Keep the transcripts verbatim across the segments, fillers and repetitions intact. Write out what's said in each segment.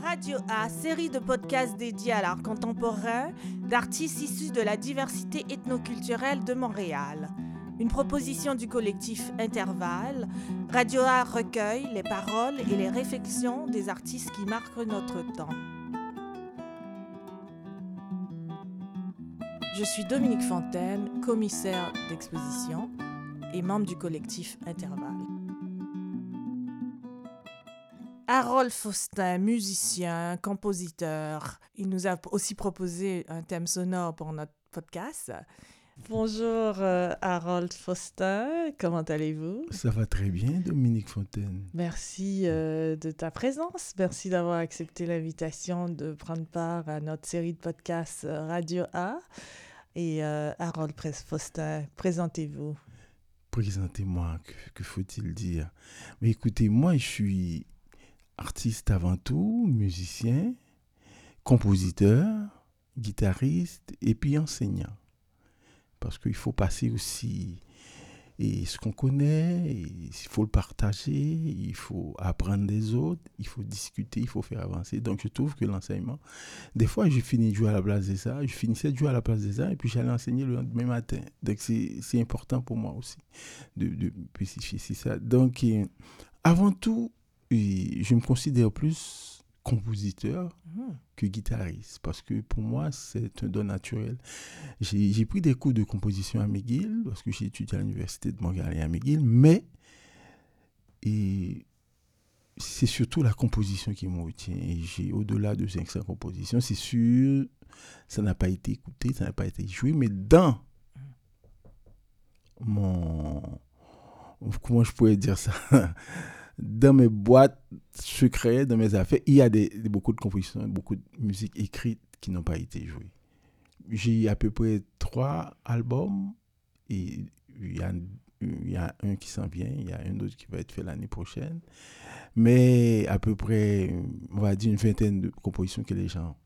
Radio A, série de podcasts dédiés à l'art contemporain d'artistes issus de la diversité ethnoculturelle de Montréal. Une proposition du collectif Intervalle, Radio A recueille les paroles et les réflexions des artistes qui marquent notre temps. Je suis Dominique Fontaine, commissaire d'exposition et membre du collectif Intervalle. Harold Faustin, musicien, compositeur, il nous a aussi proposé un thème sonore pour notre podcast. Bonjour euh, Harold Faustin, comment allez-vous? Ça va très bien, Dominique Fontaine. Merci euh, de ta présence, merci d'avoir accepté l'invitation de prendre part à notre série de podcasts euh, Radio A. Et euh, Harold Faustin, présentez-vous. Présentez-moi, que, que faut-il dire? Mais écoutez, moi je suis artiste avant tout, musicien, compositeur, guitariste et puis enseignant. Parce qu'il faut passer aussi et ce qu'on connaît, il faut le partager, il faut apprendre des autres, il faut discuter, il faut faire avancer. Donc je trouve que l'enseignement, des fois je finis de jouer à la place de ça, je finissais de jouer à la place de ça et puis j'allais enseigner le lendemain matin. Donc c'est, c'est important pour moi aussi de, de spécifier c'est ça. Donc euh, avant tout, je me considère plus compositeur mmh. que guitariste parce que pour moi c'est un don naturel. J'ai, j'ai pris des cours de composition à McGill parce que j'ai étudié à l'université de Montréal et à McGill, mais et c'est surtout la composition qui me retient. Et j'ai au-delà de cinq cents compositions, c'est sûr, ça n'a pas été écouté, ça n'a pas été joué, mais dans mon... Comment je pourrais dire ça? Dans mes boîtes secrètes, dans mes affaires, il y a des, des, beaucoup de compositions, beaucoup de musique écrite qui n'ont pas été jouées. J'ai à peu près trois albums et il y a, il y a un qui s'en vient, il y a un autre qui va être fait l'année prochaine. Mais à peu près, on va dire une vingtaine de compositions que les gens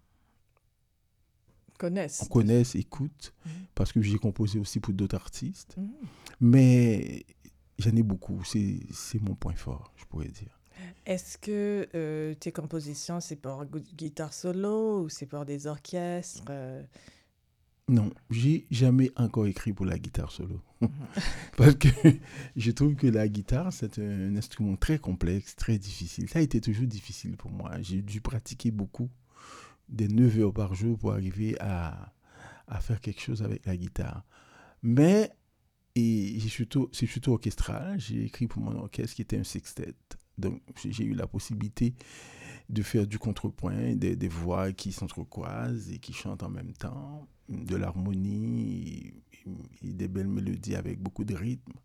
connaissent, connaissent écoutent, mmh. parce que j'ai composé aussi pour d'autres artistes. Mmh. Mais j'en ai beaucoup, c'est, c'est mon point fort, je pourrais dire. Est-ce que euh, tes compositions, c'est pour guitare solo ou c'est pour des orchestres euh... Non, j'ai jamais encore écrit pour la guitare solo. Mm-hmm. Parce que je trouve que la guitare, c'est un instrument très complexe, très difficile. Ça a été toujours difficile pour moi. J'ai dû pratiquer beaucoup, des neuf heures par jour pour arriver à, à faire quelque chose avec la guitare. Mais et j'ai surtout, c'est surtout orchestral. J'ai écrit pour mon orchestre qui était un sextet. Donc, j'ai eu la possibilité de faire du contrepoint, des, des voix qui s'entrecroisent et qui chantent en même temps, de l'harmonie et, et des belles mélodies avec beaucoup de rythme.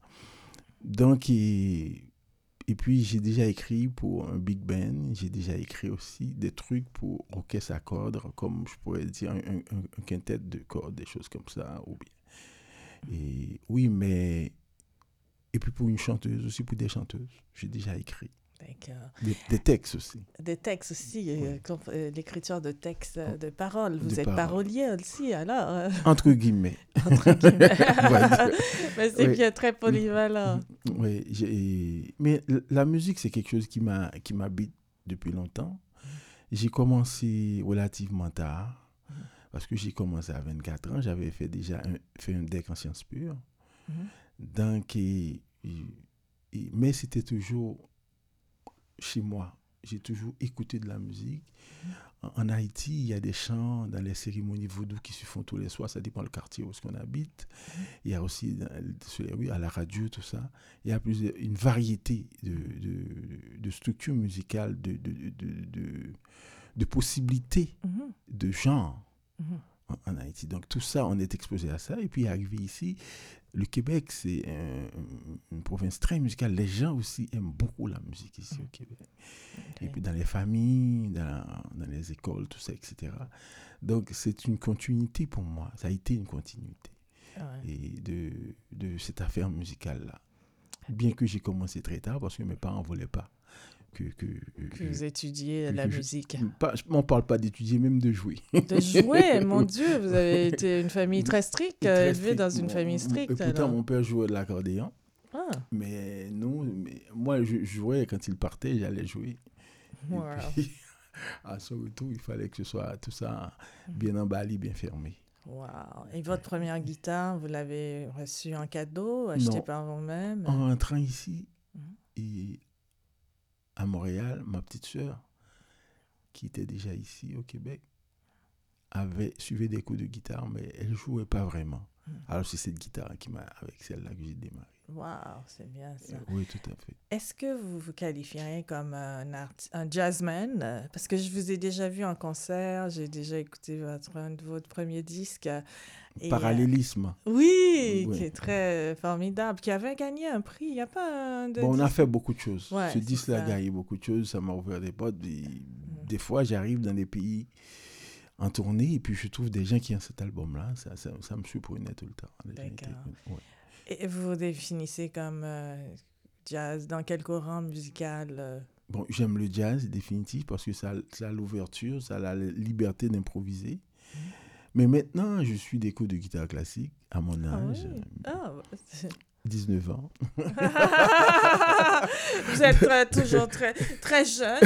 Donc, et, et puis, j'ai déjà écrit pour un big band. J'ai déjà écrit aussi des trucs pour orchestre à cordes, comme je pourrais dire un, un, un quintet de cordes, des choses comme ça, ou bien. Et oui, mais et puis pour une chanteuse aussi, pour des chanteuses, j'ai déjà écrit. D'accord. Des, des textes aussi. Des textes aussi, oui. euh, comp- euh, l'écriture de textes, euh, de paroles. Vous de êtes paroles. Parolier aussi, alors euh... Entre guillemets. Entre guillemets. Mais c'est oui. bien très polyvalent. Oui, j'ai... mais la musique, c'est quelque chose qui, m'a, qui m'habite depuis longtemps. J'ai commencé relativement tard. Parce que j'ai commencé à vingt-quatre ans, j'avais fait déjà un, fait un deck en sciences pures. Mm-hmm. Donc, et, et, et, mais c'était toujours chez moi. J'ai toujours écouté de la musique. Mm-hmm. En, en Haïti, il y a des chants dans les cérémonies vaudou qui se font tous les soirs. Ça dépend du quartier où on habite. Mm-hmm. Il y a aussi dans, sur les rues, à la radio, tout ça. Il y a plus, une variété de, de, de structures musicales, de, de, de, de, de, de possibilités, mm-hmm. de genres. Mmh. En, en Haïti. Donc tout ça, on est exposé à ça. Et puis arrivé ici, le Québec, c'est un, une province très musicale. Les gens aussi aiment beaucoup la musique ici mmh. au Québec. Okay. Et puis dans les familles, dans, dans les écoles, tout ça, et cetera. Donc c'est une continuité pour moi. Ça a été une continuité ah ouais. et de, de cette affaire musicale-là. Bien que j'ai commencé très tard parce que mes parents ne voulaient pas. Que, que, que vous étudiez que, la que musique. Je, pas, on ne parle pas d'étudier, même de jouer. De jouer, mon Dieu, vous avez été une famille très stricte, très élevé dans une mon, famille stricte. Et pourtant, alors. mon père jouait de l'accordéon. Ah. Mais nous, mais moi, je jouais, quand il partait, j'allais jouer. Wow. Et puis, À son retour, il fallait que ce soit tout ça bien emballé, bien fermé. Wow. Et votre première guitare, vous l'avez reçue en cadeau, achetée Non. par vous-même? En rentrant ici, Mhm. et à Montréal, ma petite sœur, qui était déjà ici au Québec, avait suivi des cours de guitare, mais elle ne jouait pas vraiment. Mm. Alors c'est cette guitare qui m'a, avec celle-là que j'ai démarré. Waouh, c'est bien ça. Euh, oui, tout à fait. Est-ce que vous vous qualifieriez comme un, art- un jazzman? Parce que je vous ai déjà vu en concert, j'ai déjà écouté votre, un de votre premier disque. Et, Parallélisme. Euh, oui, oui, qui est très formidable, qui avait gagné un prix. Il n'y a pas un de Bon, on disque... a fait beaucoup de choses. Ouais, Ce disque-là a gagné beaucoup de choses, ça m'a ouvert des portes. Des, mm. des fois, j'arrive dans des pays en tournée et puis je trouve des gens qui ont cet album-là. Ça, ça, ça me surprenait tout le temps. D'accord. Ouais. Et vous vous définissez comme euh, jazz dans quel courant musical? euh... Bon, j'aime le jazz, définitif, parce que ça, ça a l'ouverture, ça a la liberté d'improviser. Mmh. Mais maintenant, je suis des cours de guitare classique à mon âge. Ah, oui. ah, dix-neuf ans. Vous êtes euh, toujours très, très jeune.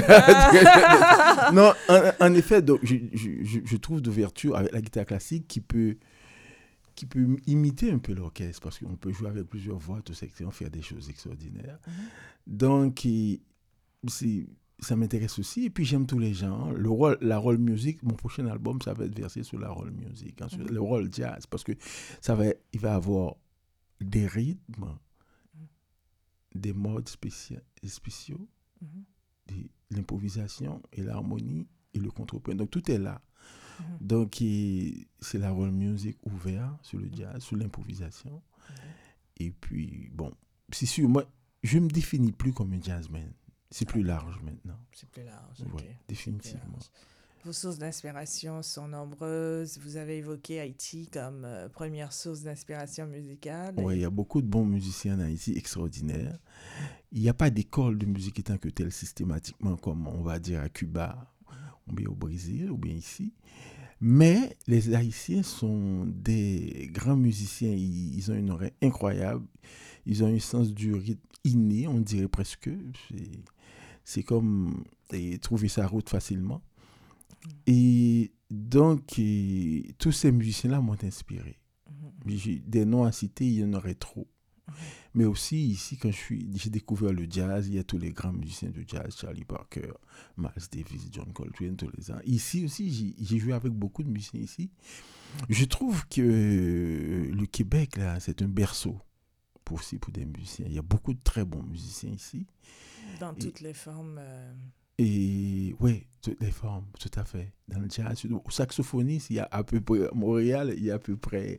Non, en, en effet, donc, je, je, je trouve d'ouverture avec la guitare classique qui peut, qui peut imiter un peu l'orchestre, parce qu'on peut jouer avec plusieurs voix, tout ça, faire des choses extraordinaires. Mm-hmm. Donc, c'est, ça m'intéresse aussi. Et puis, j'aime tous les genres. Le rôle, la roll music, mon prochain album, ça va être versé sur la roll music, hein, sur mm-hmm. le roll jazz, parce que ça va, il va avoir des rythmes, mm-hmm. des modes spéciaux, spéciaux mm-hmm. des, l'improvisation et l'harmonie et le contrepoint. Donc, tout est là. Mm-hmm. Donc, il, c'est la roll music ouverte sur le jazz, sur l'improvisation. Mm-hmm. Et puis, bon, c'est sûr, moi, je ne me définis plus comme un jazzman. C'est plus large maintenant. C'est plus large, ok. Oui, définitivement. Vos sources d'inspiration sont nombreuses. Vous avez évoqué Haïti comme euh, première source d'inspiration musicale. Oui, et... il y a beaucoup de bons musiciens en Haïti, extraordinaires. Il n'y a pas d'école de musique étant que telle systématiquement, comme on va dire à Cuba, ou bien au Brésil, ou bien ici. Mais les Haïtiens sont des grands musiciens. Ils, ils ont une oreille incroyable. Ils ont un sens du rythme inné, on dirait presque. C'est, c'est comme et, trouver sa route facilement. Et donc, et, tous ces musiciens-là m'ont inspiré. Mm-hmm. J'ai des noms à citer, il y en aurait trop. Mm-hmm. Mais aussi, ici, quand je suis, j'ai découvert le jazz, il y a tous les grands musiciens de jazz, Charlie Parker, Miles Davis, John Coltrane, tous les ans. Ici aussi, j'ai, j'ai joué avec beaucoup de musiciens ici. Je trouve que le Québec, là, c'est un berceau pour, aussi pour des musiciens. Il y a beaucoup de très bons musiciens ici. Dans toutes et, les formes... Euh... Et oui, toutes les formes, tout à fait. Dans le jazz, au saxophoniste, il y a à peu près, Montréal, il y a à peu près,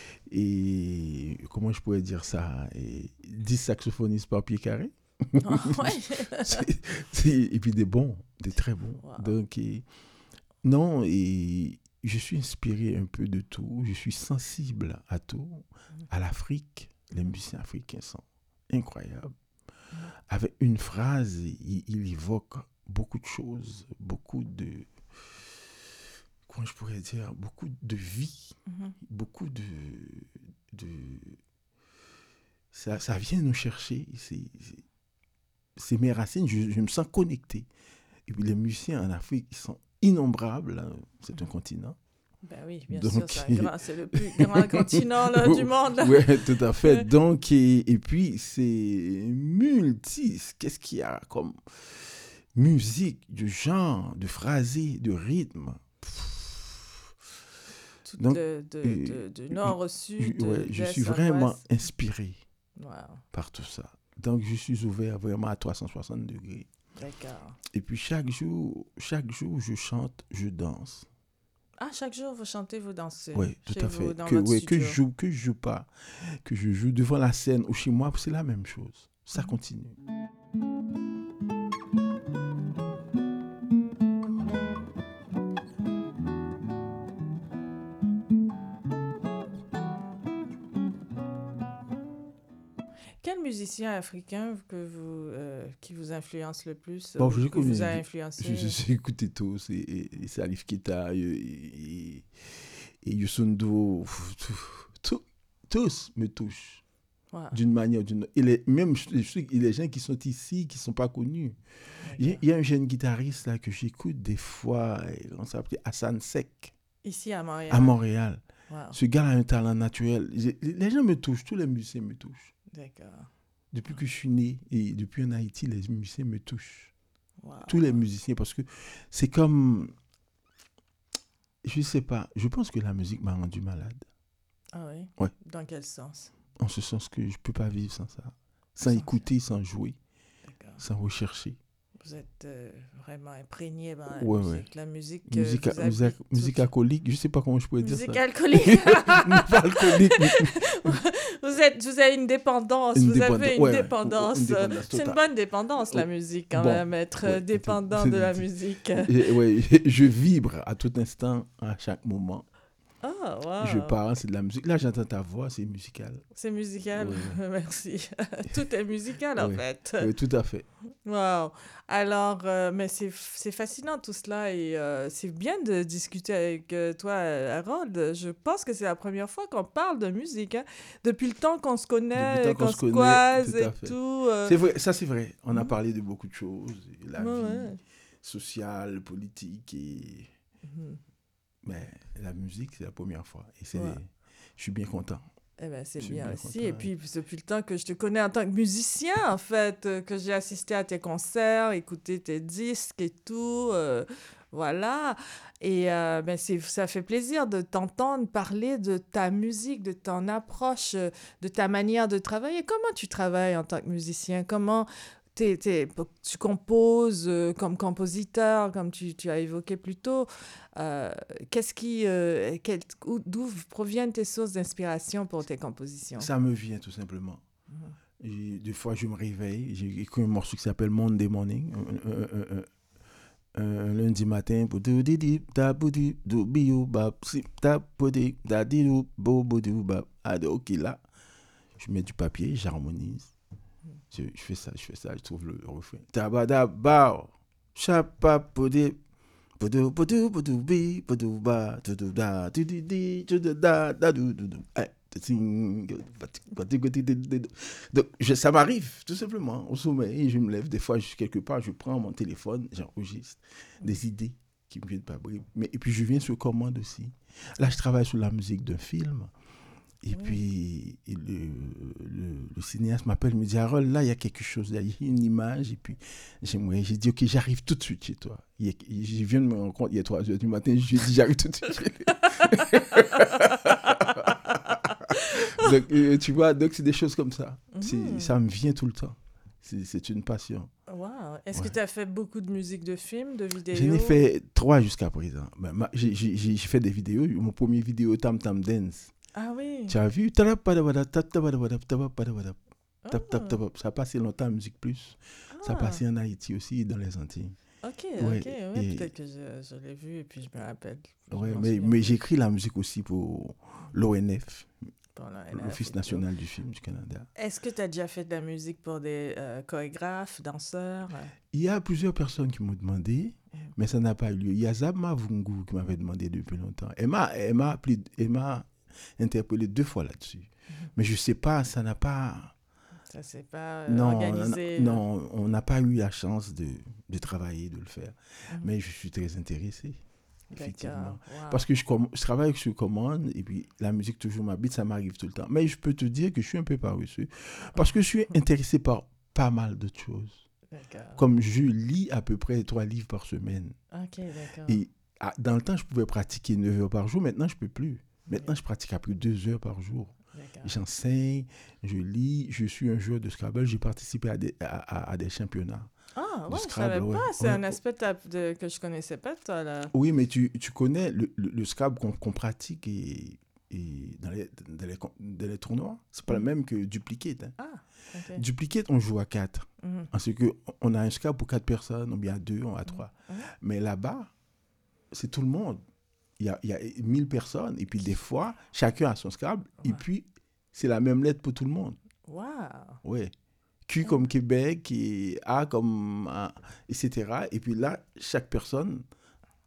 et comment je pourrais dire ça, et dix saxophonistes par pied carré. Oh, ouais. c'est, c'est, et puis des bons, des très bons. Wow. Donc, et, non, et je suis inspiré un peu de tout, je suis sensible à tout, à l'Afrique. Les musiciens africains sont incroyables. Mm. Avec une phrase, il, il évoque beaucoup de choses, beaucoup de, comment je pourrais dire, beaucoup de vie, mm-hmm. beaucoup de, de ça, ça vient nous chercher. C'est, c'est, c'est mes racines, je, je me sens connecté. Et puis les musiciens en Afrique, ils sont innombrables. Hein. C'est mm-hmm. un continent. Ben oui, bien Donc, sûr, c'est, un grand, c'est le plus grand continent là, du monde. Oui, tout à fait. Donc, et, et puis, c'est multi. Qu'est-ce qu'il y a comme musique, de genre, de phrasé, de rythme. Tout Donc, de, de, euh, de, de nord au sud. Je, ouais, je suis vraiment ouest. inspiré wow. par tout ça. Donc, je suis ouvert vraiment à trois cent soixante degrés. D'accord. Et puis, chaque jour, chaque jour, je chante, je danse. Ah, chaque jour, vous chantez, vous dansez. Oui, tout à fait. Que, ouais, que, je joue, que je joue pas, que je joue devant la scène ou chez moi, c'est la même chose. Ça mmh. continue. Quel musicien africain que vous, euh, qui vous influence le plus, bon, euh, je que vous a influencé? Je, je, j'ai écouté tous, et, et, et Salif Keita, et, et, et Youssou N'Dour, tous me touchent. Wow. D'une manière ou d'une autre. Et les, même je sais qu'il y a des gens qui sont ici, qui ne sont pas connus. Il y, a, il y a un jeune guitariste là, que j'écoute des fois, on s'appelle Hassan Sek. Ici à Montréal. À Montréal. Wow. Ce gars a un talent naturel. Les gens me touchent, tous les musiciens me touchent. D'accord. Depuis que je suis né et depuis en Haïti, les musiciens me touchent. Wow. Tous les musiciens, parce que c'est comme... Je ne sais pas, je pense que la musique m'a rendu malade. Ah oui? Ouais. Dans quel sens? En ce sens que je ne peux pas vivre sans ça. Sans, sans écouter, ça. Sans jouer, D'accord. Sans rechercher. Vous êtes euh, vraiment imprégné dans la ouais, musique. Ouais. La musique, musique, euh, musique, musique alcoolique, je ne sais pas comment je pourrais musique dire ça. Alcoolique. Pas alcoolique. Mais... vous, êtes, vous avez une dépendance. Une vous dépendance. avez une Ouais, dépendance. Une dépendance c'est une bonne dépendance, la musique, quand bon, même. Être ouais, dépendant c'est, de c'est, la c'est, musique. Oui, je vibre à tout instant, à chaque moment. Ah, oh, wow. Je parle, c'est de la musique. Là, j'entends ta voix, c'est musical. C'est musical, oui, oui. Merci. Tout est musical, en oui. fait. Oui, tout à fait. Wow. Alors, euh, mais c'est, c'est fascinant tout cela et euh, c'est bien de discuter avec euh, toi, Harold. Je pense que c'est la première fois qu'on parle de musique. Hein. Depuis le temps qu'on se connaît, qu'on, qu'on se croise et fait. tout. Euh... C'est vrai, ça c'est vrai. On a parlé de beaucoup de choses. La ouais, vie ouais. sociale, politique et... Mm-hmm. Mais la musique, c'est la première fois. Et c'est... Ouais. Je suis bien content. Eh ben, c'est bien, bien aussi. Content, et puis, depuis le temps que je te connais en tant que musicien, en fait, euh, que j'ai assisté à tes concerts, écouté tes disques et tout, euh, voilà. Et euh, ben, c'est, ça fait plaisir de t'entendre parler de ta musique, de ton approche, de ta manière de travailler. Comment tu travailles en tant que musicien? Comment... T'es, t'es, tu composes euh, comme compositeur, comme tu, tu as évoqué plus tôt. Euh, qu'est-ce qui, euh, quel, où, d'où proviennent tes sources d'inspiration pour tes compositions? Ça me vient tout simplement. Mm-hmm. Et des fois, je me réveille, j'ai écrit un morceau qui s'appelle Monday Morning, un, un, un, un, un lundi matin. Ok, là, je mets du papier, j'harmonise. Je, je fais ça, je fais ça, je trouve le refrain. Tabada bao, chapa podé, podou podou podou bi, podou ba, tudou da, tudou di, tudou da, da dou dou dou. Donc je, ça m'arrive tout simplement au sommeil, je me lève des fois, je suis quelque part, je prends mon téléphone, j'enregistre des idées qui me viennent pas briller. Mais et puis je viens sur commande aussi. Là, je travaille sur la musique d'un film. Et oui. puis, et le, le, le cinéaste m'appelle, me dit, Harold, là, il y a quelque chose, là, il y a une image. Et puis, j'aimerais, j'ai dit, OK, j'arrive tout de suite chez toi. Je viens de me rendre compte, il y a trois heures du matin, je lui ai dit, j'arrive tout de suite chez toi. Donc, euh, tu vois, donc c'est des choses comme ça. Mm. C'est, ça me vient tout le temps. C'est, c'est une passion. Wow. Est-ce ouais. que tu as fait beaucoup de musique de films, de vidéos? J'en ai fait trois jusqu'à présent. Ben, ma, j'ai, j'ai, j'ai fait des vidéos. Mon premier vidéo, Tam Tam Dance. Ah oui. Tu as vu? Oh. Ça a passé longtemps à Musique Plus. Ah. Ça a passé en Haïti aussi, dans les Antilles. Ok, ouais, ok. Ouais, et... Peut-être que je, je l'ai vu et puis je me rappelle. Oui, mais, mais j'écris la musique aussi pour l'O N F, pour l'O N F l'Office national du film du Canada. Est-ce que tu as déjà fait de la musique pour des euh, chorégraphes, danseurs? Il y a plusieurs personnes qui m'ont demandé, mm. mais ça n'a pas eu lieu. Il y a Zama Vungu qui m'avait demandé depuis longtemps. Elle m'a, elle m'a, appelé, elle m'a interpellé deux fois là-dessus. Mm. Mais je ne sais pas, ça n'a pas... Ça ne s'est pas euh, non, organisé? Non, non, on n'a pas eu la chance de, de travailler, de le faire. Mm. Mais je suis très intéressé. Effectivement. Wow. Parce que je, je travaille sur commande et puis la musique toujours m'habite, ça m'arrive tout le temps. Mais je peux te dire que je suis un peu paresseux parce que je suis intéressé par pas mal d'autres choses. D'accord. Comme je lis à peu près trois livres par semaine. Ok, d'accord. Et à, dans le temps, je pouvais pratiquer neuf heures par jour. Maintenant, je ne peux plus. Maintenant, oui. je pratique à plus de deux heures par jour. D'accord. J'enseigne, je lis, je suis un joueur de Scrabble. J'ai participé à des, à, à, à des championnats. Ah, ouais, Scrabble, je ne savais pas. Ouais. C'est ouais. un aspect de, que je ne connaissais pas, toi, là. Oui, mais tu, tu connais le, le, le Scrabble qu'on, qu'on pratique et, et dans, les, dans, les, dans les tournois. Ce n'est pas mm. le même que Duplicate. Hein. Ah, okay. Duplicate, on joue à quatre. Mm. Parce qu'on a un Scrabble pour quatre personnes, ou bien à deux, ou à trois. Mm. Mais là-bas, c'est tout le monde. Il y a, il y a mille personnes. Et puis, des fois, chacun a son Scrabble. Ouais. Et puis, c'est la même lettre pour tout le monde. Waouh! Oui. Q comme Québec, et A comme... A, et cetera. Et puis là, chaque personne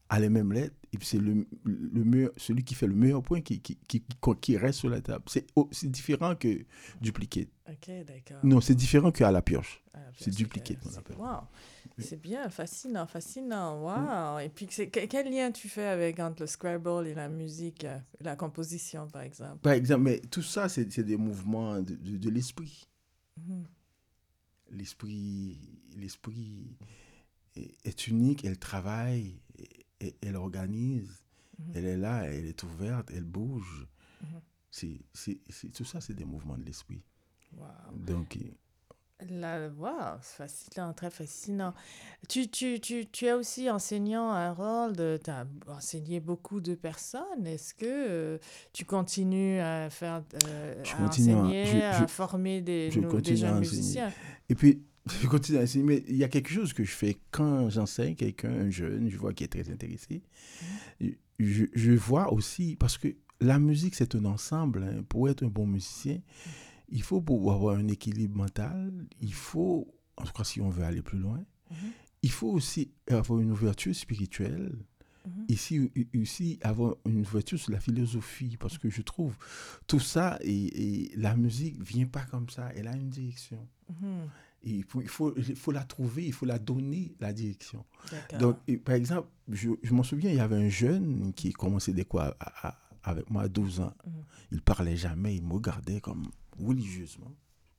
a les mêmes lettres, et puis c'est le, le meilleur, celui qui fait le meilleur point qui, qui, qui, qui reste sur la table. C'est, oh, c'est différent que duplicate. Ok, d'accord. Non, c'est différent qu'à la pioche. Ah, bien C'est sûr, duplicate, c'est- on appelle. Wow. Oui. C'est bien, fascinant, fascinant. Wow. Et puis, c'est, que- quel lien tu fais avec entre le Scrabble et la musique, euh, la composition, par exemple? Par exemple, mais tout ça, c'est, c'est des mouvements de, de, de l'esprit. Mhm. L'esprit, l'esprit est, est unique, elle travaille, elle, elle organise, Mhm. elle est là, elle est ouverte, elle bouge. Mhm. C'est, c'est, c'est, tout ça, c'est des mouvements de l'esprit. Wow. Donc, Là, wow, c'est fascinant, très fascinant. Tu, tu, tu, tu es aussi enseignant un rôle, de, tu as enseigné beaucoup de personnes. Est-ce que euh, tu continues à faire, euh, je à continue à, enseigner, je, je, à former des, je nou- des continue à jeunes enseigner. musiciens? Et puis, je continue à enseigner, mais il y a quelque chose que je fais quand j'enseigne quelqu'un, un jeune, je vois qui est très intéressé. Mhm. Je, je vois aussi, parce que la musique, c'est un ensemble. Hein. Pour être un bon musicien, il faut pouvoir avoir un équilibre mental. Il faut, en tout cas, si on veut aller plus loin, Mhm. il faut aussi avoir une ouverture spirituelle. Mhm. Ici, aussi avoir une ouverture sur la philosophie, parce que je trouve tout ça, et, et la musique vient pas comme ça, elle a une direction. Mhm. Et il faut, il, faut, il faut la trouver, il faut la donner, la direction. D'accord. Donc, et, par exemple, je, je m'en souviens, il y avait un jeune qui commençait des quoi à, à, avec moi à douze ans. Mhm. Il parlait jamais, il me regardait comme religieusement.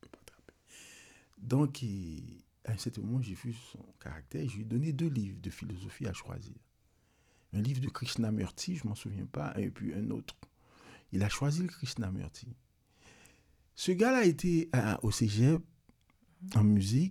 Donc, il, à un certain moment, j'ai vu son caractère, je lui ai donné deux livres de philosophie à choisir. Un livre de Krishnamurti, je ne m'en souviens pas, et puis un autre. Il a choisi le Krishnamurti. Ce gars-là était à, au cégep, en musique,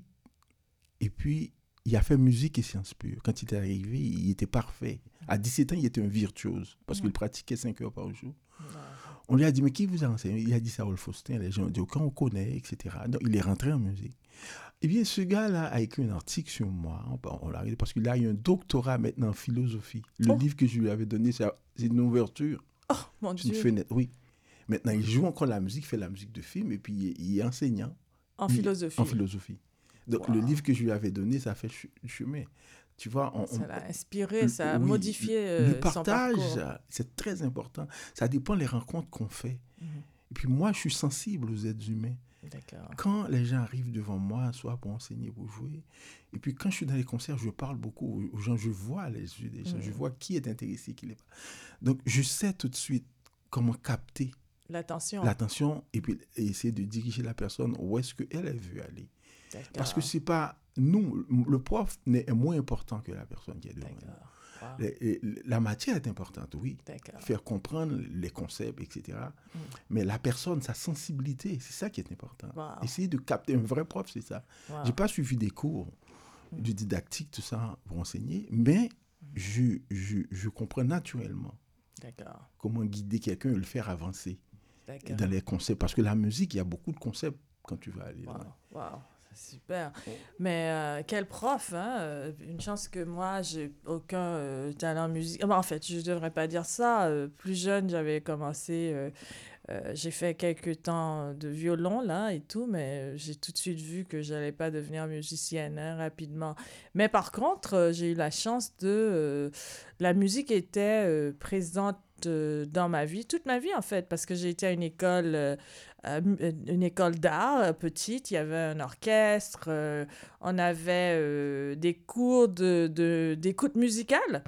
et puis il a fait musique et sciences pures. Quand il est arrivé, il était parfait. À dix-sept ans, il était un virtuose, parce qu'il pratiquait cinq heures par jour. On lui a dit, mais qui vous a enseigné? Il a dit, Saul Faustin. Les gens ont dit, aucun on connaît, et cetera. Donc, il est rentré en musique. Eh bien, ce gars-là a écrit un article sur moi, on l'a, parce qu'il a eu un doctorat maintenant en philosophie. Le Oh. livre que je lui avais donné, c'est une ouverture. Oh, mon C'est une Dieu. fenêtre, oui. Maintenant, il joue encore la musique, il fait la musique de film, et puis il est, il est enseignant. En il, philosophie. En philosophie. Donc, Wow. le livre que je lui avais donné, ça a fait ch- chemin. Tu vois, on, Ça on, l'a inspiré, ça a oui, modifié euh, le partage, son parcours. c'est très important. Ça dépend des rencontres qu'on fait. Mhm. Et puis moi, je suis sensible aux êtres humains. D'accord. Quand les gens arrivent devant moi, soit pour enseigner, pour jouer, et puis quand je suis dans les concerts, je parle beaucoup aux gens, je vois les yeux des gens, Mhm. je vois qui est intéressé, qui n'est pas. Donc, je sais tout de suite comment capter L'attention. l'attention et puis essayer de diriger la personne où est-ce qu'elle veut aller. D'accord. Parce que c'est pas nous, le prof est moins important que la personne qui est devant nous. D'accord. Wow. Les- les- La matière est importante, oui. D'accord. Faire comprendre les concepts, et cetera. Mm. Mais la personne, sa sensibilité, c'est ça qui est important. Wow. Essayer de capter un vrai prof, c'est ça. Wow. J'ai pas suivi des cours Mm. de didactique, tout ça, pour enseigner, mais Mm. je, je, je comprends naturellement D'accord. comment guider quelqu'un et le faire avancer D'accord. dans les concepts. Parce que la musique, il y a beaucoup de concepts quand tu vas aller Wow. loin. Wow. C'est super. Mais euh, quel prof, hein? euh, Une chance que moi, j'ai aucun euh, talent en musique. Ah, ben, en fait, je ne devrais pas dire ça. Euh, plus jeune, j'avais commencé... euh, euh, j'ai fait quelques temps de violon, là, et tout, mais j'ai tout de suite vu que je n'allais pas devenir musicienne, hein, rapidement. Mais par contre, euh, j'ai eu la chance de... euh, la musique était euh, présente euh, dans ma vie, toute ma vie, en fait, parce que j'ai été à une école... euh, euh, une école d'art euh, petite, il y avait un orchestre, euh, on avait euh, des cours de, de, d'écoute musicale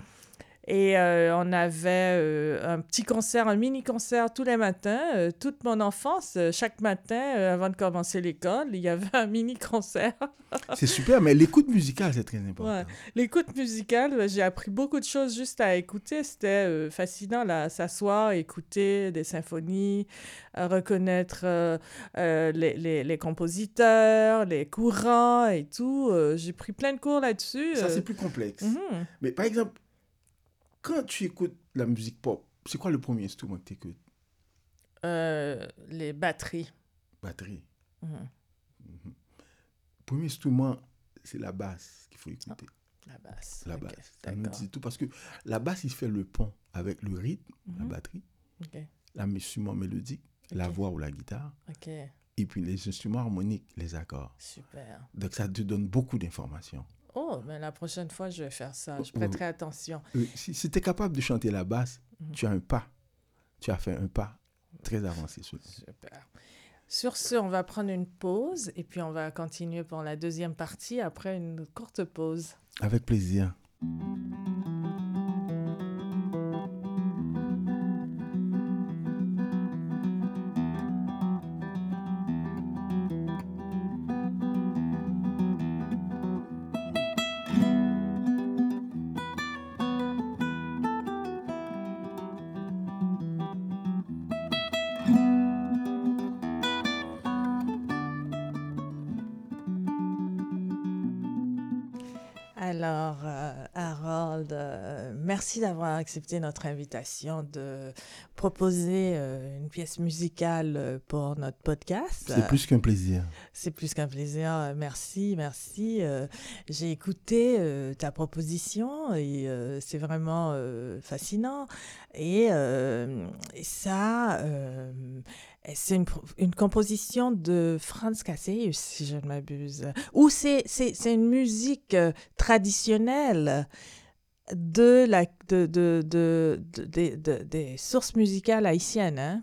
et euh, on avait euh, un petit concert, un mini-concert tous les matins. Euh, toute mon enfance, euh, chaque matin, euh, avant de commencer l'école, il y avait un mini-concert. C'est super, mais l'écoute musicale, c'est très important. Ouais. L'écoute musicale, j'ai appris beaucoup de choses juste à écouter. C'était euh, fascinant, là, s'asseoir, écouter des symphonies, euh, reconnaître euh, euh, les, les, les compositeurs, les courants et tout. Euh, j'ai pris plein de cours là-dessus. Ça, euh. c'est plus complexe. Mhm. Mais par exemple, quand tu écoutes la musique pop, c'est quoi le premier instrument que tu écoutes? Euh, les batteries. Batterie. Mhm. Mhm. Premier instrument, c'est la basse qu'il faut écouter. La basse. La Ok, basse. Ça nous d'accord. dit tout parce que la basse, il fait le pont avec le rythme, la Mhm. batterie, Ok, l'instrument mélodique, la Ok. voix ou la guitare, ok, et puis les instruments harmoniques, les accords. super. Donc ça te donne beaucoup d'informations. Oh, mais la prochaine fois, je vais faire ça. Je prêterai attention. Euh, si, si tu es capable de chanter la basse, mm-hmm. tu as un pas. Tu as fait un pas très avancé. Sur Super. Sur ce, on va prendre une pause et puis on va continuer pour la deuxième partie après une courte pause. Avec plaisir. Alors, euh, Harold, euh, merci d'avoir accepté notre invitation de proposer euh, une pièce musicale pour notre podcast. C'est plus qu'un plaisir. C'est plus qu'un plaisir. Merci, merci. Euh, j'ai écouté euh, ta proposition et euh, c'est vraiment euh, fascinant. Et, euh, et ça... Euh, c'est une, une composition de Franz Cassius, si je ne m'abuse. Ou c'est, c'est, c'est une musique euh, traditionnelle de la, de, de, de, de, de, de, des sources musicales haïtiennes. Hein?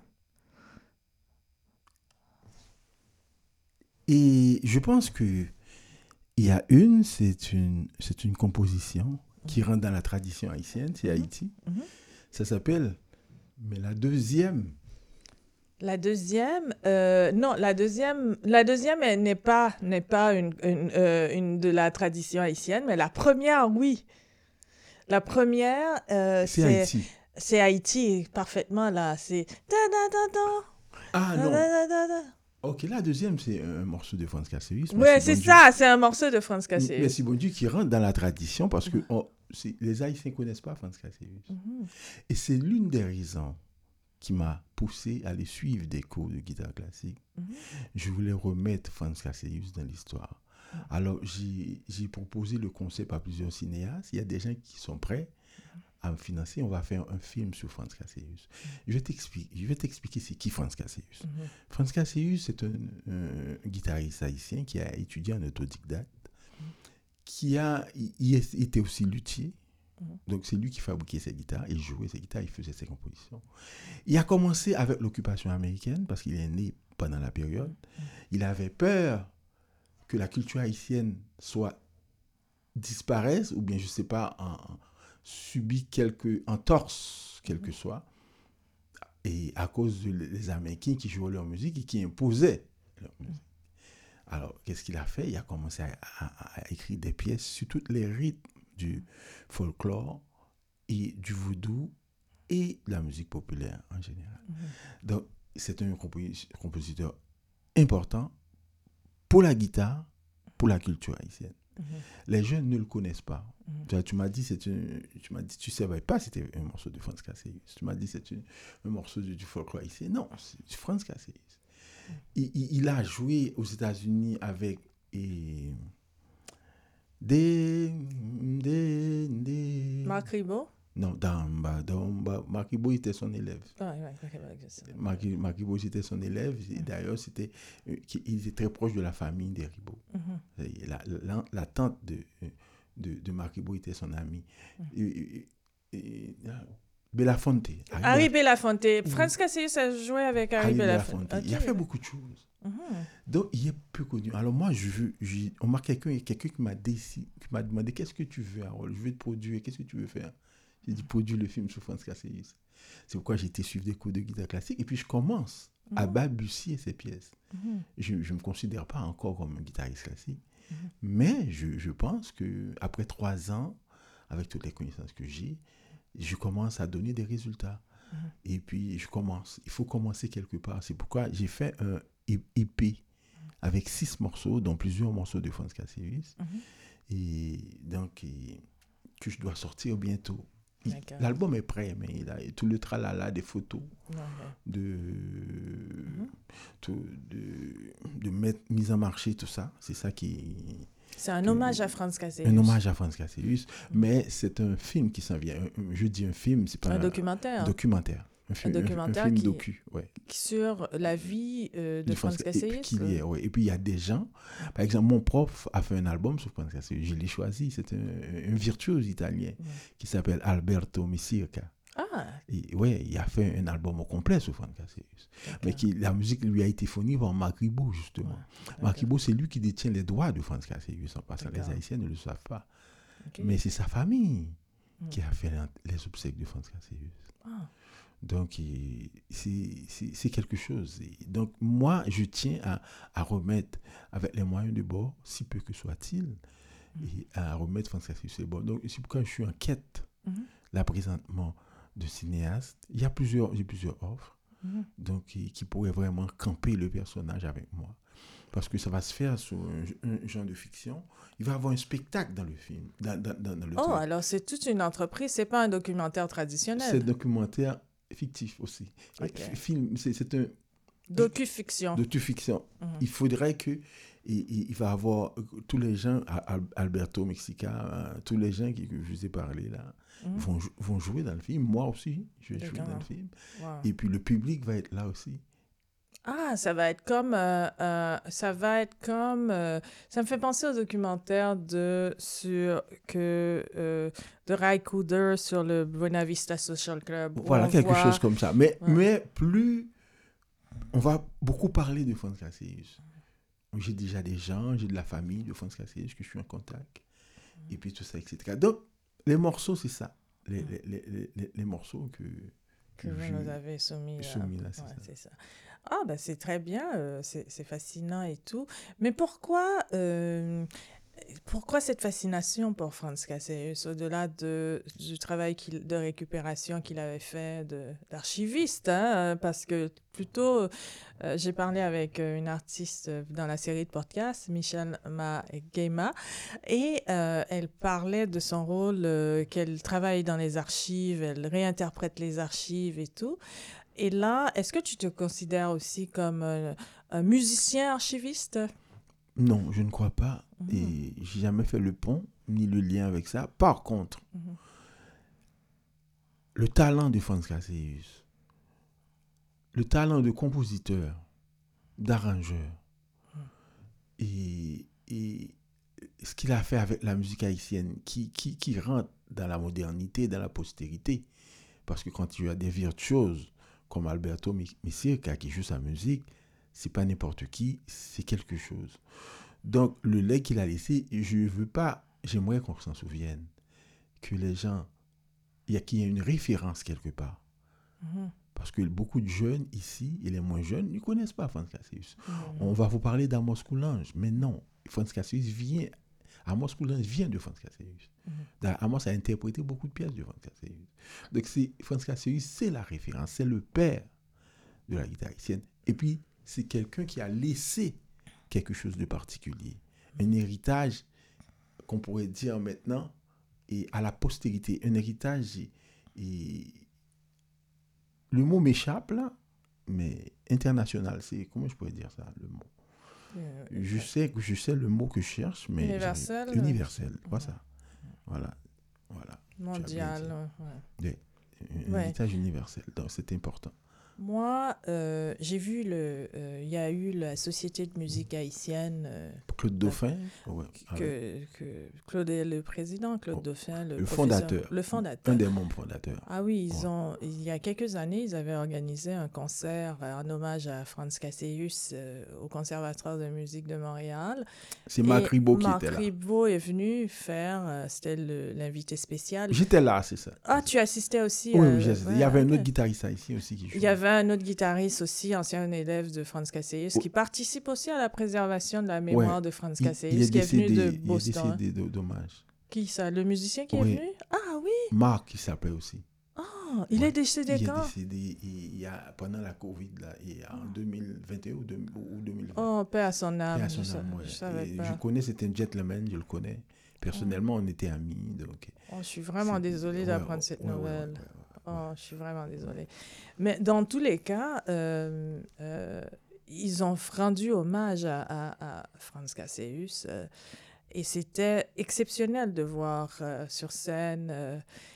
Et je pense qu'il y a une, c'est une, c'est une composition qui rentre dans la tradition haïtienne, c'est mm-hmm. Haïti. Mm-hmm. Ça s'appelle... Mais la deuxième... La deuxième, euh, non, la deuxième, la deuxième elle n'est pas, n'est pas une, une, euh, une de la tradition haïtienne, mais la première, oui. La première, euh, c'est, c'est Haïti. C'est Haïti, parfaitement là. C'est da da da da. Ah da, non. Da, da, da, da. Ok, la deuxième, c'est un morceau de Franz Cassius. Oui, c'est bon ça, Dieu. C'est un morceau de Franz Cassius. Merci bon Dieu qui rentre dans la tradition parce que oh, les Haïtiens ne connaissent pas Franz Cassius. Mm-hmm. Et c'est l'une des raisons qui m'a poussé à aller suivre des cours de guitare classique. Mm-hmm. Je voulais remettre Franz Cassius dans l'histoire. Mm-hmm. Alors, j'ai, j'ai proposé le concept à plusieurs cinéastes. Il y a des gens qui sont prêts à me financer. On va faire un film sur Franz Cassius. Mm-hmm. Je vais t'expliquer, je vais t'expliquer c'est qui Franz Cassius. Mm-hmm. Franz Cassius, c'est un, un guitariste haïtien qui a étudié en autodidacte, mm-hmm. qui a, il était aussi luthier. Donc, c'est lui qui fabriquait ses guitares, il jouait ses guitares, il faisait ses compositions. Il a commencé avec l'occupation américaine parce qu'il est né pendant la période. Il avait peur que la culture haïtienne soit disparaisse ou bien, je ne sais pas, en, en, subit quelques entorses, quel que soit, et à cause des Américains qui jouaient leur musique et qui imposaient leur musique. Alors, qu'est-ce qu'il a fait? Il a commencé à, à, à écrire des pièces sur tous les rythmes du folklore et du vaudou et de la musique populaire en général. Mm-hmm. Donc, c'est un compos- compositeur important pour la guitare, pour la culture haïtienne. Mm-hmm. Les jeunes ne le connaissent pas. Mm-hmm. Tu, tu m'as dit, c'est une, tu m'as dit, tu savais pas c'était un morceau de Franz Cassius. Tu m'as dit, c'est une, un morceau du, du folklore haïtien. Non, c'est du Franz Cassius. Mm-hmm. Il, il, il a joué aux États-Unis avec et, Des, des, des... Marc Ribot? Non, Damba, Damba. Marc Ribot était son élève. Ah, ouais, Marc, Marc Ribot était son élève. Mm-hmm. D'ailleurs, c'était, euh, il était très proche de la famille des Ribot. Mm-hmm. La, la, la tante de, de, de Marc Ribot était son amie. Mm-hmm. Et, et, et, Belafonte. Harry Belafonte. Mm-hmm. Franz Cassius a joué avec Harry, Harry Belafonte. Belafonte. Okay. Il a fait beaucoup de choses. Mm-hmm. Donc, il est peu connu. Alors, moi, je veux, je, on m'a quelqu'un, quelqu'un qui m'a, décidé, qui m'a demandé qu'est-ce que tu veux, Harold? Je veux te produire. Qu'est-ce que tu veux faire? J'ai dit produire le film sur Franz Cassius. C'est pourquoi j'ai été suivre des cours de guitare classique. Et puis, je commence mm-hmm. à balbutier ces pièces. Mm-hmm. Je ne me considère pas encore comme un guitariste classique. Mm-hmm. Mais je, je pense qu'après trois ans, avec toutes les connaissances que j'ai, je commence à donner des résultats. Mm-hmm. Et puis, je commence. Il faut commencer quelque part. C'est pourquoi j'ai fait un E P avec six morceaux, dont plusieurs morceaux de Franz Cassius. Mm-hmm. Et donc, et, que je dois sortir bientôt. Il, l'album est prêt, mais il a tout le tralala des photos, okay. de, mm-hmm. tout, de, de mettre, mise en marché, tout ça. C'est ça qui... C'est un que, hommage à Franz Cassius. Un hommage à Franz Cassius, mm-hmm. mais c'est un film qui s'en vient. Je dis un film, c'est pas un, un documentaire. Un documentaire. Un, film, un documentaire un, un film qui, docu, ouais. sur la vie euh, de Franz Cassius. Et, euh... ouais. et puis il y a des gens, par exemple, mon prof a fait un album sur Franz Cassius, je l'ai choisi, c'est un, un virtuose italien ouais. qui s'appelle Alberto Messirca. Ah. Et ouais, il a fait un album au complet sur Franz Cassius. Mais qui, la musique lui a été fournie par Marc Ribot, justement. Ouais. Marc Ribot, c'est lui qui détient les droits de Franz Cassius. En passant, les Haïtiens ne le savent pas. Okay. Mais c'est sa famille mm. qui a fait les obsèques de Franz Cassius. Ah. Donc, c'est quelque chose. Donc, moi, je tiens à, à remettre, avec les moyens de bord, si peu que soit-il, mm. et à remettre Franz Cassius sur les bords. Donc, c'est pourquoi je suis en quête, mm -hmm. là, présentement, de cinéastes. Il y a plusieurs, j'ai plusieurs offres, mm-hmm. donc qui, qui pourraient vraiment camper le personnage avec moi. Parce que ça va se faire sur un, un genre de fiction. Il va y avoir un spectacle dans le film. Dans, dans, dans, dans le oh, truc. Alors c'est toute une entreprise, c'est pas un documentaire traditionnel. C'est un documentaire fictif aussi. Okay. Film, c'est un... Docu-fiction. Docu-fiction. Mm-hmm. Il faudrait que... Et, et, il va y avoir tous les gens, Alberto Mexica, euh, tous les gens qui, que je vous ai parlé là, mmh. vont, vont jouer dans le film. Moi aussi, je vais jouer dans le film. Wow. Et puis le public va être là aussi. Ah, ça va être comme... Euh, euh, ça va être comme... Euh, ça me fait penser au documentaire de, sur, que, euh, de Ray Cooder sur le Buena Vista Social Club. Voilà, quelque voit... chose comme ça. Mais, ouais. mais plus... On va beaucoup parler de Franz Cassius. J'ai déjà des gens, j'ai de la famille de Franz Cassius que je suis en contact. Mmh. Et puis tout ça, et cetera. Donc, les morceaux, c'est ça. Les, mmh. les, les, les, les morceaux que... Que, que vous nous avez soumis. soumis là, là c'est ouais, ça. ça. Ah, ben c'est très bien, euh, c'est fascinant et tout. Mais pourquoi... Euh, Pourquoi cette fascination pour Franz Cassius, au-delà de, du travail qu'il, de récupération qu'il avait fait d'archiviste, hein, parce que plutôt, euh, j'ai parlé avec une artiste dans la série de podcasts, Michelle Maguema, et euh, elle parlait de son rôle, euh, qu'elle travaille dans les archives, elle réinterprète les archives et tout. Et là, est-ce que tu te considères aussi comme euh, un musicien archiviste ? Non, je ne crois pas. Mmh. Et j'ai jamais fait le pont, ni le lien avec ça. Par contre, mmh. le talent de Franz Cassius, le talent de compositeur, d'arrangeur, mmh. et, et ce qu'il a fait avec la musique haïtienne, qui, qui, qui rentre dans la modernité, dans la postérité. Parce que quand tu as des virtuoses comme Alberto Messirca qui joue sa musique, c'est pas n'importe qui, c'est quelque chose. Donc, le legs qu'il a laissé, je veux pas, j'aimerais qu'on s'en souvienne, que les gens, il y a qu'il y ait une référence quelque part. Mm-hmm. Parce que beaucoup de jeunes ici, et les moins jeunes, ne connaissent pas Franz Cassius. Mm-hmm. On va vous parler d'Amos Coulange, mais non, Franz Cassius vient, Amos Coulange vient de Franz Cassius. Mm-hmm. Amos a interprété beaucoup de pièces de Franz Cassius. Donc, Franz Cassius, c'est la référence, c'est le père de la guitare haïtienne. Et puis, c'est quelqu'un qui a laissé quelque chose de particulier. Un héritage qu'on pourrait dire maintenant et à la postérité. Un héritage, et, et le mot m'échappe là, mais international, c'est, comment je pourrais dire ça, le mot euh, je, sais, je sais le mot que je cherche, mais... Universel. Universel, euh... voilà ça. Voilà. voilà. Mondial. Ouais. Un ouais. héritage universel, donc c'est important. Moi, euh, j'ai vu, il euh, y a eu la Société de musique haïtienne. Euh, Claude Dauphin euh, ouais. que, que Claude est le président, Claude oh. Dauphin, le, le fondateur. Le fondateur. Un des membres fondateurs. Ah oui, ils ouais. ont, il y a quelques années, ils avaient organisé un concert en hommage à Franz Cassius euh, au Conservatoire de musique de Montréal. C'est Marc Ribot qui Marc était là. Marc Ribot est venu faire, euh, c'était l'invité spécial. J'étais là, c'est ça. Ah, tu assistais aussi Oui, euh, oui ouais, il y avait okay. un autre guitariste ici aussi qui jouait. Il y avait un autre guitariste aussi, ancien élève de Franz Cassius, oh. qui participe aussi à la préservation de la mémoire ouais. de Franz Cassius, il, il est qui décédé, est venu de Boston. Il est décédé dommage. Qui ça? Le musicien qui oui. est venu? Ah oui! Marc, il s'appelait aussi. Ah, oh, il ouais. est décédé il quand? Il est décédé il y a, pendant la Covid, là, il y a en deux mille vingt et un ou deux mille vingt. Oh, paix à son âme. Paix à son âme, je, ouais. je, je connais, c'était un gentleman, je le connais. Personnellement, oh. on était amis. Donc, oh, je suis vraiment désolée ouais, d'apprendre ouais, cette ouais, nouvelle. Ouais, ouais, ouais, oh, je suis vraiment désolée. Mais dans tous les cas, euh, euh, ils ont rendu hommage à, à, à Franz Cassius euh, et c'était exceptionnel de voir euh, sur scène. Euh,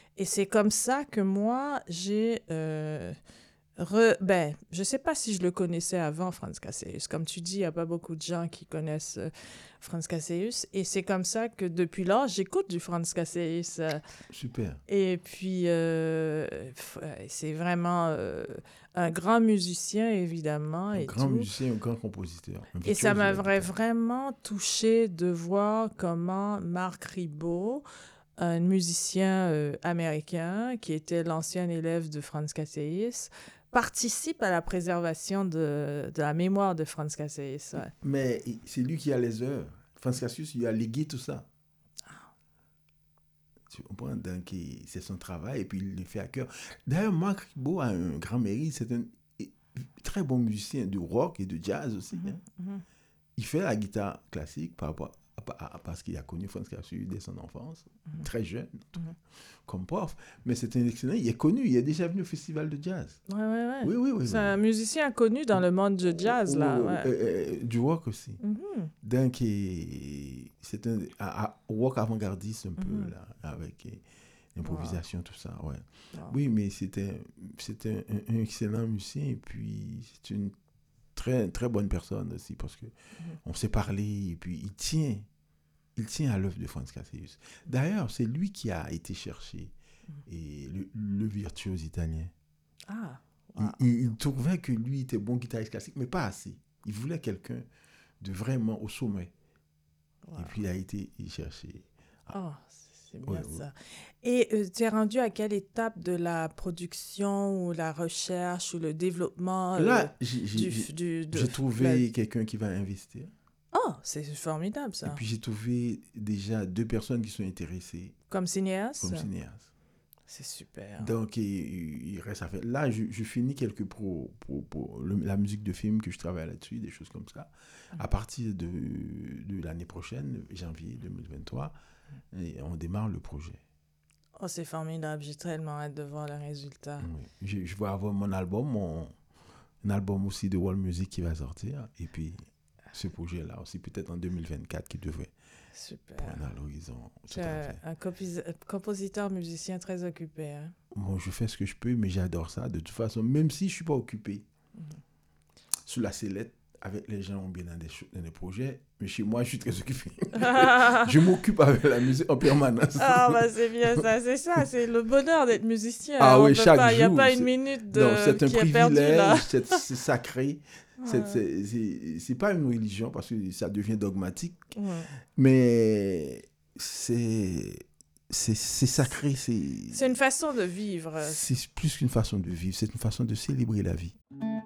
Et c'est comme ça que moi, j'ai... euh, re- ben, je ne sais pas si je le connaissais avant, Franz Caseus. Comme tu dis, il n'y a pas beaucoup de gens qui connaissent euh, Franz Caseus. Et c'est comme ça que depuis lors, j'écoute du Franz Caseus. euh, Super. Et puis, euh, f- euh, c'est vraiment euh, un grand musicien, évidemment, Un et grand tout. musicien, un grand compositeur. Un Et ça virtuose de la m'avait guitare. vraiment touché de voir comment Marc Ribot, un musicien euh, américain qui était l'ancien élève de Franz Caseus, participe à la préservation de, de la mémoire de Franz Caseus. Ouais. Mais il- c'est lui qui a les œuvres. Franz Cassius, il a légué tout ça. Tu comprends? Donc, il- c'est son travail et puis il le fait à cœur. D'ailleurs, Marc Ribot a un grand mérite. C'est un et- très bon musicien de rock et de jazz aussi. Mhm, Hein. mhm. Il fait la guitare classique par rapport à, à- à- parce qu'il a connu Franz Cassius dès son enfance, Mhm. très jeune, Mhm. comme prof. Mais c'est un excellent. Il est connu. Il est déjà venu au festival de jazz. Ouais, ouais, ouais. Oui, oui, oui. C'est oui. un musicien connu dans le monde du jazz, là. Oh, Ouais. euh, euh, du rock aussi. Mhm. Donc, et- c'est un à- à- rock avant-gardiste un peu, Mhm. là, avec euh, l'improvisation, tout ça, ouais. Wow. Oui, mais c'était, c'était un, un excellent musicien et puis c'est une très, très bonne personne aussi parce que on s'est parlé et puis il tient, il tient à l'œuvre de Franz Cassius. D'ailleurs, c'est lui qui a été chercher et le, le virtuose italien. Ah, Il, wow. il- il trouvait que lui était bon guitariste classique, mais pas assez. Il voulait quelqu'un de vraiment au sommet. Wow. Et puis il a été y chercher. Oh, c'est bien Ouais, ouais. ça. Et euh, tu es rendu à quelle étape de la production ou la recherche ou le développement euh, Là, j'ai, du, j'ai, j'ai- du- de- j'ai trouvé la- quelqu'un qui va investir. Oh, c'est formidable ça. Et puis j'ai trouvé déjà deux personnes qui sont intéressées Comme cinéaste, comme cinéastes. c'est super. Donc il, il reste à faire. Là, je, je finis quelques pro, pro, pro- le- la musique de film que je travaille là-dessus, des choses comme ça. À partir de, de l'année prochaine, janvier deux mille vingt-trois, et on démarre le projet. Oh, c'est formidable. J'ai tellement hâte de voir le résultat. Oui. Je, je vais avoir mon album, mon un album aussi de world music qui va sortir. Et puis ce projet-là aussi, peut-être en deux mille vingt-quatre, qui devrait Super. prendre à l'horizon. Tout Tu à es fait. un compis- compositeur, musicien très occupé. Hein? Moi, je fais ce que je peux, mais j'adore ça. De toute façon, même si je ne suis pas occupé sur la sellette, avec les gens bien dans des, cho- dans des projets, mais chez moi, je suis très occupé. Je m'occupe avec la musique en permanence. Ah, bah c'est bien ça, c'est ça, c'est le bonheur d'être musicien. Ah On oui, peut chaque pas, il n'y a jour, pas une c'est- minute de, Non, c'est un qui est perdue là. privilège, c'est, c'est sacré. C'est, Ouais. c'est, c'est, c'est pas une religion parce que ça devient dogmatique, Ouais. mais c'est, c'est, c'est sacré. C'est, C'est une façon de vivre. c'est plus qu'une façon de vivre, c'est une façon de célébrer la vie.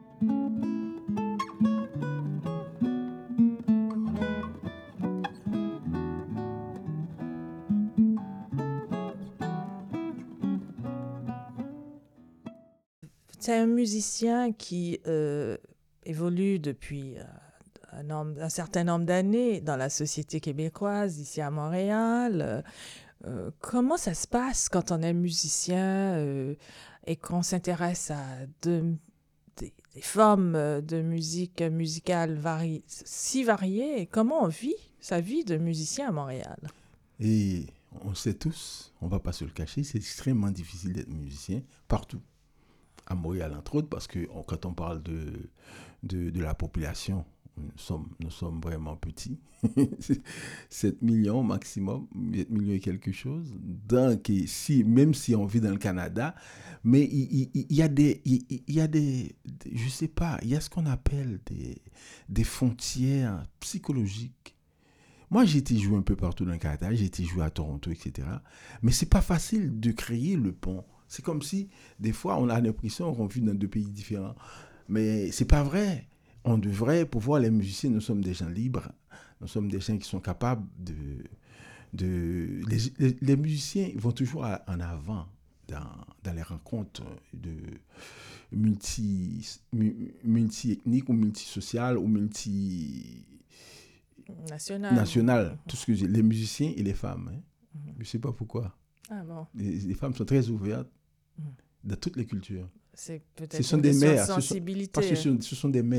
C'est un musicien qui euh, évolue depuis euh, un, nombre- un certain nombre d'années dans la société québécoise, ici à Montréal. Euh, euh, comment ça se passe quand on est musicien euh, et qu'on s'intéresse à de- des, des formes euh, de musique musicale vari- si variées? Et comment on vit sa vie de musicien à Montréal? Et on sait tous, on va pas se le cacher, c'est extrêmement difficile d'être musicien partout. À Montréal, entre autres, parce que on- quand on parle de, de, de la population, nous sommes, nous sommes vraiment petits. sept millions maximum, sept millions et quelque chose. Donc, et si, même si on vit dans le Canada, mais il, il- il y a des, il, il y a des, des- je sais pas, il y a ce qu'on appelle des, des frontières psychologiques. Moi, j'ai été joué un peu partout dans le Canada, j'ai été joué à Toronto, et cetera. Mais c'est pas facile de créer le pont. C'est comme si, des fois, on a l'impression qu'on vit dans deux pays différents. Mais c'est pas vrai. On devrait pouvoir, les musiciens, nous sommes des gens libres. Nous sommes des gens qui sont capables de... de les, les, les musiciens vont toujours à- en avant dans, dans les rencontres de multi, mu- multi-ethniques ou multisociales ou multi... National. nationales. Tout ce que j'ai- les musiciens et les femmes. Hein. Je ne sais pas pourquoi. Ah bon, Les, les femmes sont très ouvertes Mm. dans toutes les cultures. c'est Ce peut-être sont une des question de mères. Ce sont, sensibilité. parce que ce, ce sont des mères.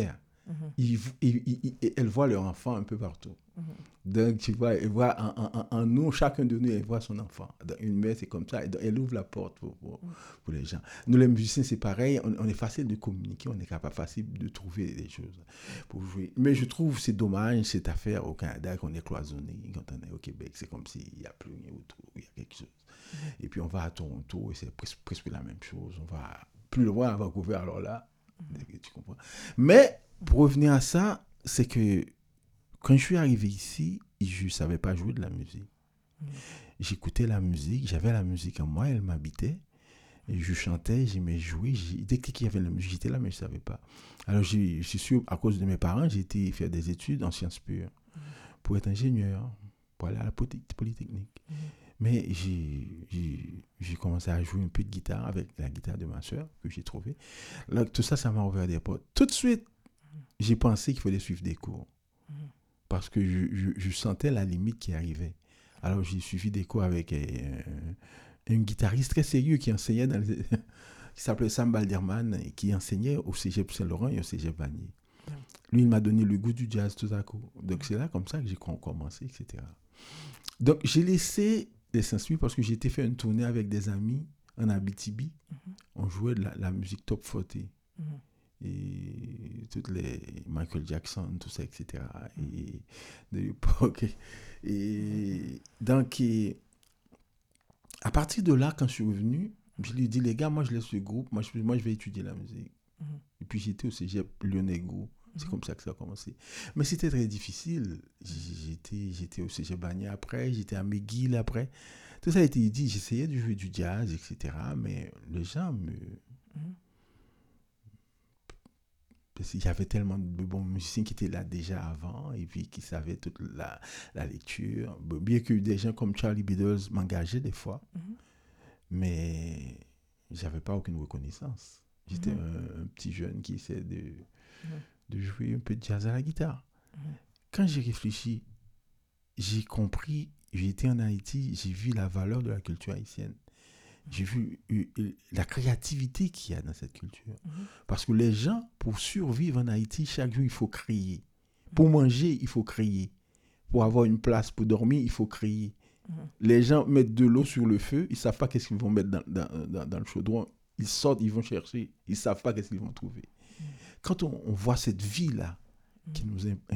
Mhm. Ils, ils, ils, ils, elles voient leur enfant un peu partout. Mhm. Donc, tu vois, elles voient en, en, en nous, chacun de nous, elle voit son enfant. Donc, une mère, c'est comme ça. Et donc, elle ouvre la porte pour, pour, pour les gens. Nous, les musiciens, c'est pareil. On, on est facile de communiquer. On est capable facile de trouver des choses pour jouer. Mais je trouve c'est dommage, cette affaire au Canada, qu'on est cloisonné. Quand on est au Québec, c'est comme s'il n'y a plus rien autour. Il y a quelque chose. Et puis, on va à Toronto et c'est presque, presque la même chose. On va plus loin à Vancouver, alors là, tu comprends. Mais, pour revenir à ça, c'est que quand je suis arrivé ici, je ne savais pas jouer de la musique. Mmh. J'écoutais la musique, j'avais la musique en moi, elle m'habitait. Et je chantais, j'aimais jouer. Dès qu'il y avait la musique, j'étais là, mais je ne savais pas. Alors, je suis sûr, à cause de mes parents, j'ai été faire des études en sciences pures mmh. pour être ingénieur, pour aller à la Polytechnique. Mmh. Mais j'ai, j'ai, j'ai commencé à jouer un peu de guitare avec la guitare de ma soeur que j'ai trouvée. Là, tout ça, ça m'a ouvert des portes. Tout de suite, j'ai pensé qu'il fallait suivre des cours. Mmh. Parce que je, je, je sentais la limite qui arrivait. Alors, j'ai suivi des cours avec euh, un guitariste très sérieux qui enseignait, dans les, qui s'appelait Sam Balderman, et qui enseignait au Cégep Saint-Laurent et au Cégep Vanier. Mmh. Lui, il m'a donné le goût du jazz tout à coup. Donc, c'est là comme ça que j'ai commencé, et cetera. Donc, j'ai laissé les Saint-Suivi parce que j'ai été faire une tournée avec des amis en Abitibi. Mmh. On jouait de la, la musique top forty. Mmh. Et toutes les Michael Jackson, tout ça, et cetera. Et de l'époque. Et donc, et à partir de là, quand je suis revenu, je lui ai dit, les gars, moi, je laisse le groupe, moi, je, moi, je vais étudier la musique. Mm-hmm. Et puis, j'étais au cégep Lyon-Égaux. C'est mm-hmm. comme ça que ça a commencé. Mais c'était très difficile. J'étais, j'étais au cégep Bagné après, j'étais à McGill après. Tout ça a été dit. J'essayais de jouer du jazz, et cetera. Mais les gens me... Mm-hmm. Parce qu'il y avait tellement de bons musiciens qui étaient là déjà avant et puis qui savaient toute la, la lecture. Bien que des gens comme Charlie Beatles m'engageaient des fois, mm-hmm. mais j'avais pas aucune reconnaissance. J'étais mm-hmm. un, un petit jeune qui essayait de, mm-hmm. de jouer un peu de jazz à la guitare. Mm-hmm. Quand j'ai réfléchi, j'ai compris, j'ai été en Haïti, j'ai vu la valeur de la culture haïtienne. J'ai vu la créativité qu'il y a dans cette culture. Mm-hmm. Parce que les gens, pour survivre en Haïti, chaque jour, il faut crier. Pour manger, il faut crier. Pour avoir une place pour dormir, il faut crier. Mm-hmm. Les gens mettent de l'eau sur le feu, ils ne savent pas qu'est-ce qu'ils vont mettre dans, dans, dans, dans le chaudron. Ils sortent, ils vont chercher, ils ne savent pas qu'est-ce qu'ils vont trouver. Mm-hmm. Quand on, on voit cette vie-là, mm-hmm. qui nous est,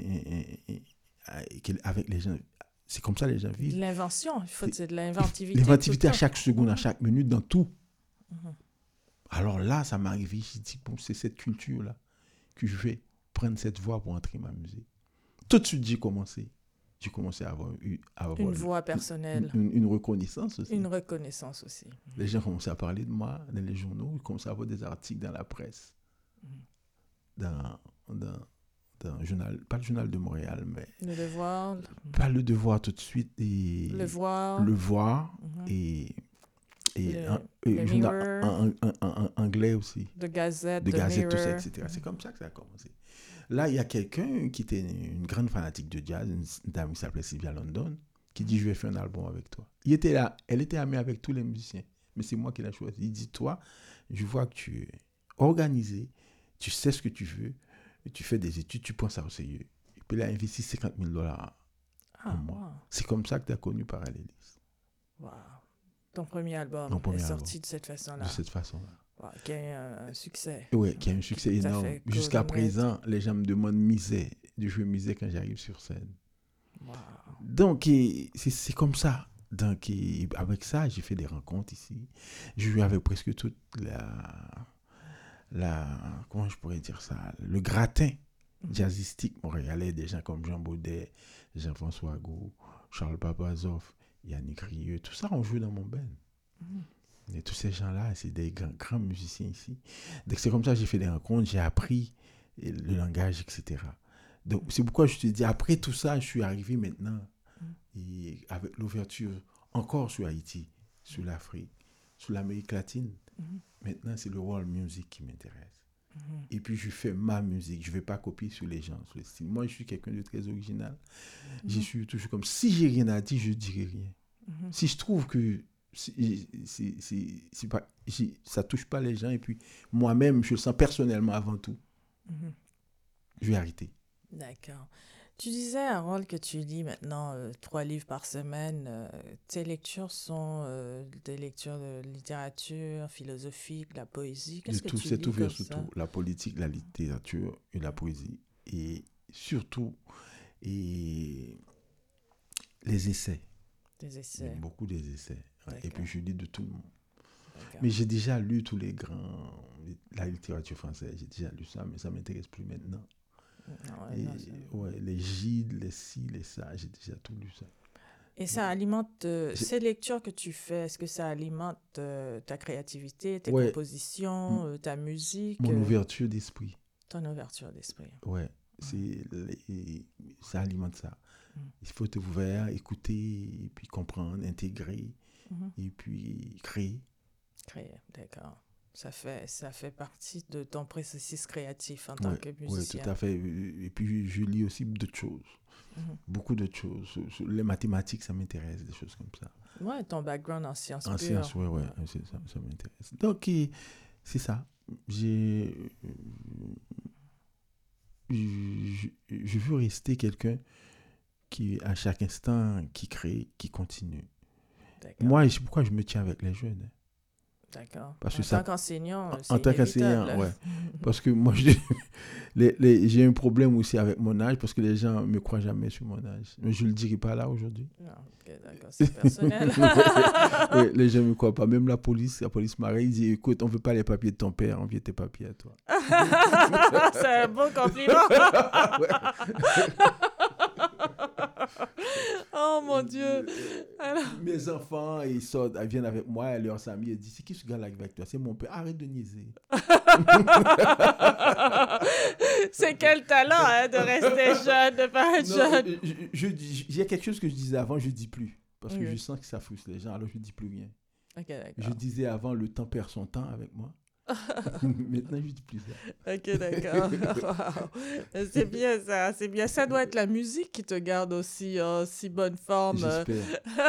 avec les gens... C'est comme ça les gens vivent. De l'invention, il faut c'est de l'inventivité. L'inventivité à chaque seconde, mmh. à chaque minute, dans tout. Mmh. Alors là, ça m'est arrivé, j'ai dit, bon, c'est cette culture-là que je vais prendre cette voie pour entrer ma musique. Tout de suite, j'ai commencé. J'ai commencé à avoir, à avoir une voix personnelle. Une, une, une reconnaissance aussi. Une reconnaissance aussi. Les gens commençaient à parler de moi dans les journaux, ils commençaient à avoir des articles dans la presse, mmh. dans... dans dans le journal, pas le journal de Montréal, mais... Le Devoir. Pas le Devoir tout de suite. Et le Voir. Le Voir. Mm-hmm. Et, et le, un, le journal en, en, en, en anglais aussi. De Gazette, de Gazette, Mirror. Tout ça, et cetera. Mm-hmm. C'est comme ça que ça a commencé. Là, il y a quelqu'un qui était une grande fanatique de jazz, une dame qui s'appelait Sylvia London, qui dit, je vais faire un album avec toi. Il était là, elle était amie avec tous les musiciens, mais c'est moi qui l'ai choisi. Il dit, toi, je vois que tu es organisé, tu sais ce que tu veux, tu fais des études, tu prends ça au sérieux. Et puis, il a investi cinquante mille dollars ah, en moi. Wow. C'est comme ça que tu as connu Parallélisme. Wow. Ton premier album Ton premier est album. sorti de cette façon-là. De cette façon-là. Wow. Qui a eu un succès. Oui, qui a eu un succès qui énorme. Jusqu'à présent, les gens me demandent misé, de jouer misé quand j'arrive sur scène. Wow. Donc, c'est, c'est comme ça. Donc, avec ça, j'ai fait des rencontres ici. Je joue avec presque toute la... La, comment je pourrais dire ça, le gratin mm-hmm. jazzistique montréalais, des gens comme Jean Baudet, Jean-François Ago, Charles Papazov, Yannick Rieu, tout ça on joue dans mon band. Mm-hmm. Et tous ces gens-là, c'est des grands, grands musiciens ici. Donc c'est comme ça que j'ai fait des rencontres, j'ai appris le langage, et cetera. Donc c'est pourquoi je te dis, après tout ça, je suis arrivé maintenant mm-hmm. et avec l'ouverture encore sur Haïti, sur l'Afrique, sur l'Amérique latine. Mm-hmm. Maintenant, c'est le world music qui m'intéresse. Mm-hmm. Et puis, je fais ma musique. Je ne vais pas copier sur les gens, sur les styles. Moi, je suis quelqu'un de très original. Mm-hmm. Je suis toujours comme... Si j'ai rien à dire, je ne dirai rien. Mm-hmm. Si je trouve que c'est, c'est, c'est, c'est pas, ça ne touche pas les gens, et puis moi-même, je le sens personnellement avant tout. Mm-hmm. je vais arrêter. D'accord. Tu disais, Harold, que tu lis maintenant euh, trois livres par semaine. Euh, tes lectures sont euh, des lectures de littérature, philosophique, la poésie. De Qu'est-ce que tout, tu c'est lis ouvert comme sur ça? tout. La politique, la littérature et la poésie. Et surtout, et les essais. Des J'aime essais. beaucoup des essais. Ouais. Et D'accord. puis, je lis de tout le monde. D'accord. Mais j'ai déjà lu tous les grands... La littérature française, j'ai déjà lu ça, mais ça ne m'intéresse plus maintenant. Non, ouais, Et, non, c'est- ouais, les Gide, les ci, les ça, j'ai déjà tout lu ça. Et ça alimente euh, J'ai- ces lectures que tu fais, est-ce que ça alimente euh, ta créativité, tes Ouais. compositions, euh, ta musique, Mon euh, ouverture d'esprit, ton ouverture d'esprit? ouais, c'est les- ça alimente ça. Mm. Il faut être ouvert, écouter, et puis comprendre, intégrer, Mhm. et puis créer. Créer, d'accord. Ça fait, ça fait partie de ton processus créatif en tant Ouais, que ouais, musicien. tout à fait. Et puis je lis aussi d'autres choses, Mhm. beaucoup d'autres choses. Sur- sur Les mathématiques, ça m'intéresse, des choses comme ça. Ouais, ton background en sciences En pures. sciences, ouais, ouais, c'est ça, ça m'intéresse. Donc, et c'est ça. J'ai, je, je veux rester quelqu'un qui, à chaque instant, qui crée, qui continue. D'accord. Moi, je- pourquoi je me tiens avec les jeunes? hein? D'accord. Parce En que ça- tant qu'enseignant, En, euh, c'est en tant qu'enseignant, inévitable. ouais. Parce que moi, je- les, les- j'ai un problème aussi avec mon âge, parce que les gens ne me croient jamais sur mon âge. Mais je ne le dirai pas là aujourd'hui. Non, ok, d'accord, c'est personnel. Ouais, les gens ne me croient pas. Même la police, la police m'arrête, ils disent, écoute, on ne veut pas les papiers de ton père, on veut tes papiers à toi. C'est un bon compliment. Oh mon Dieu. Alors- Mes enfants, ils sortent, ils viennent avec moi, et leurs amis, ils disent, c'est qui ce gars-là avec toi? C'est mon père. Arrête de niaiser. C'est quel talent hein, de rester jeune, de pas être Non, jeune. je, je, je dis- il y a quelque chose que je disais avant, je ne dis plus. Parce que Ok. je sens que ça frustre les gens, alors je ne dis plus rien. Ok, Je d'accord. disais avant, le temps perd son temps avec moi. Maintenant, je ne dis plus ça. Ok, d'accord. Wow. C'est bien ça, c'est bien. Ça doit être la musique qui te garde aussi en si bonne forme. J'espère.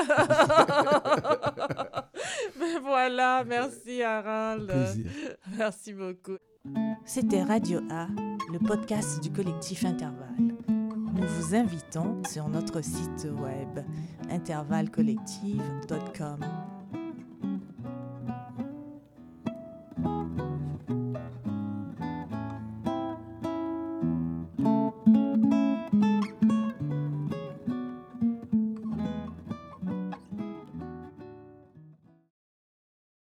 Mais voilà, merci Harold. Plaisir. Merci beaucoup. C'était Radio A, le podcast du collectif Intervalle. Nous vous invitons sur notre site web intervalle collective point com.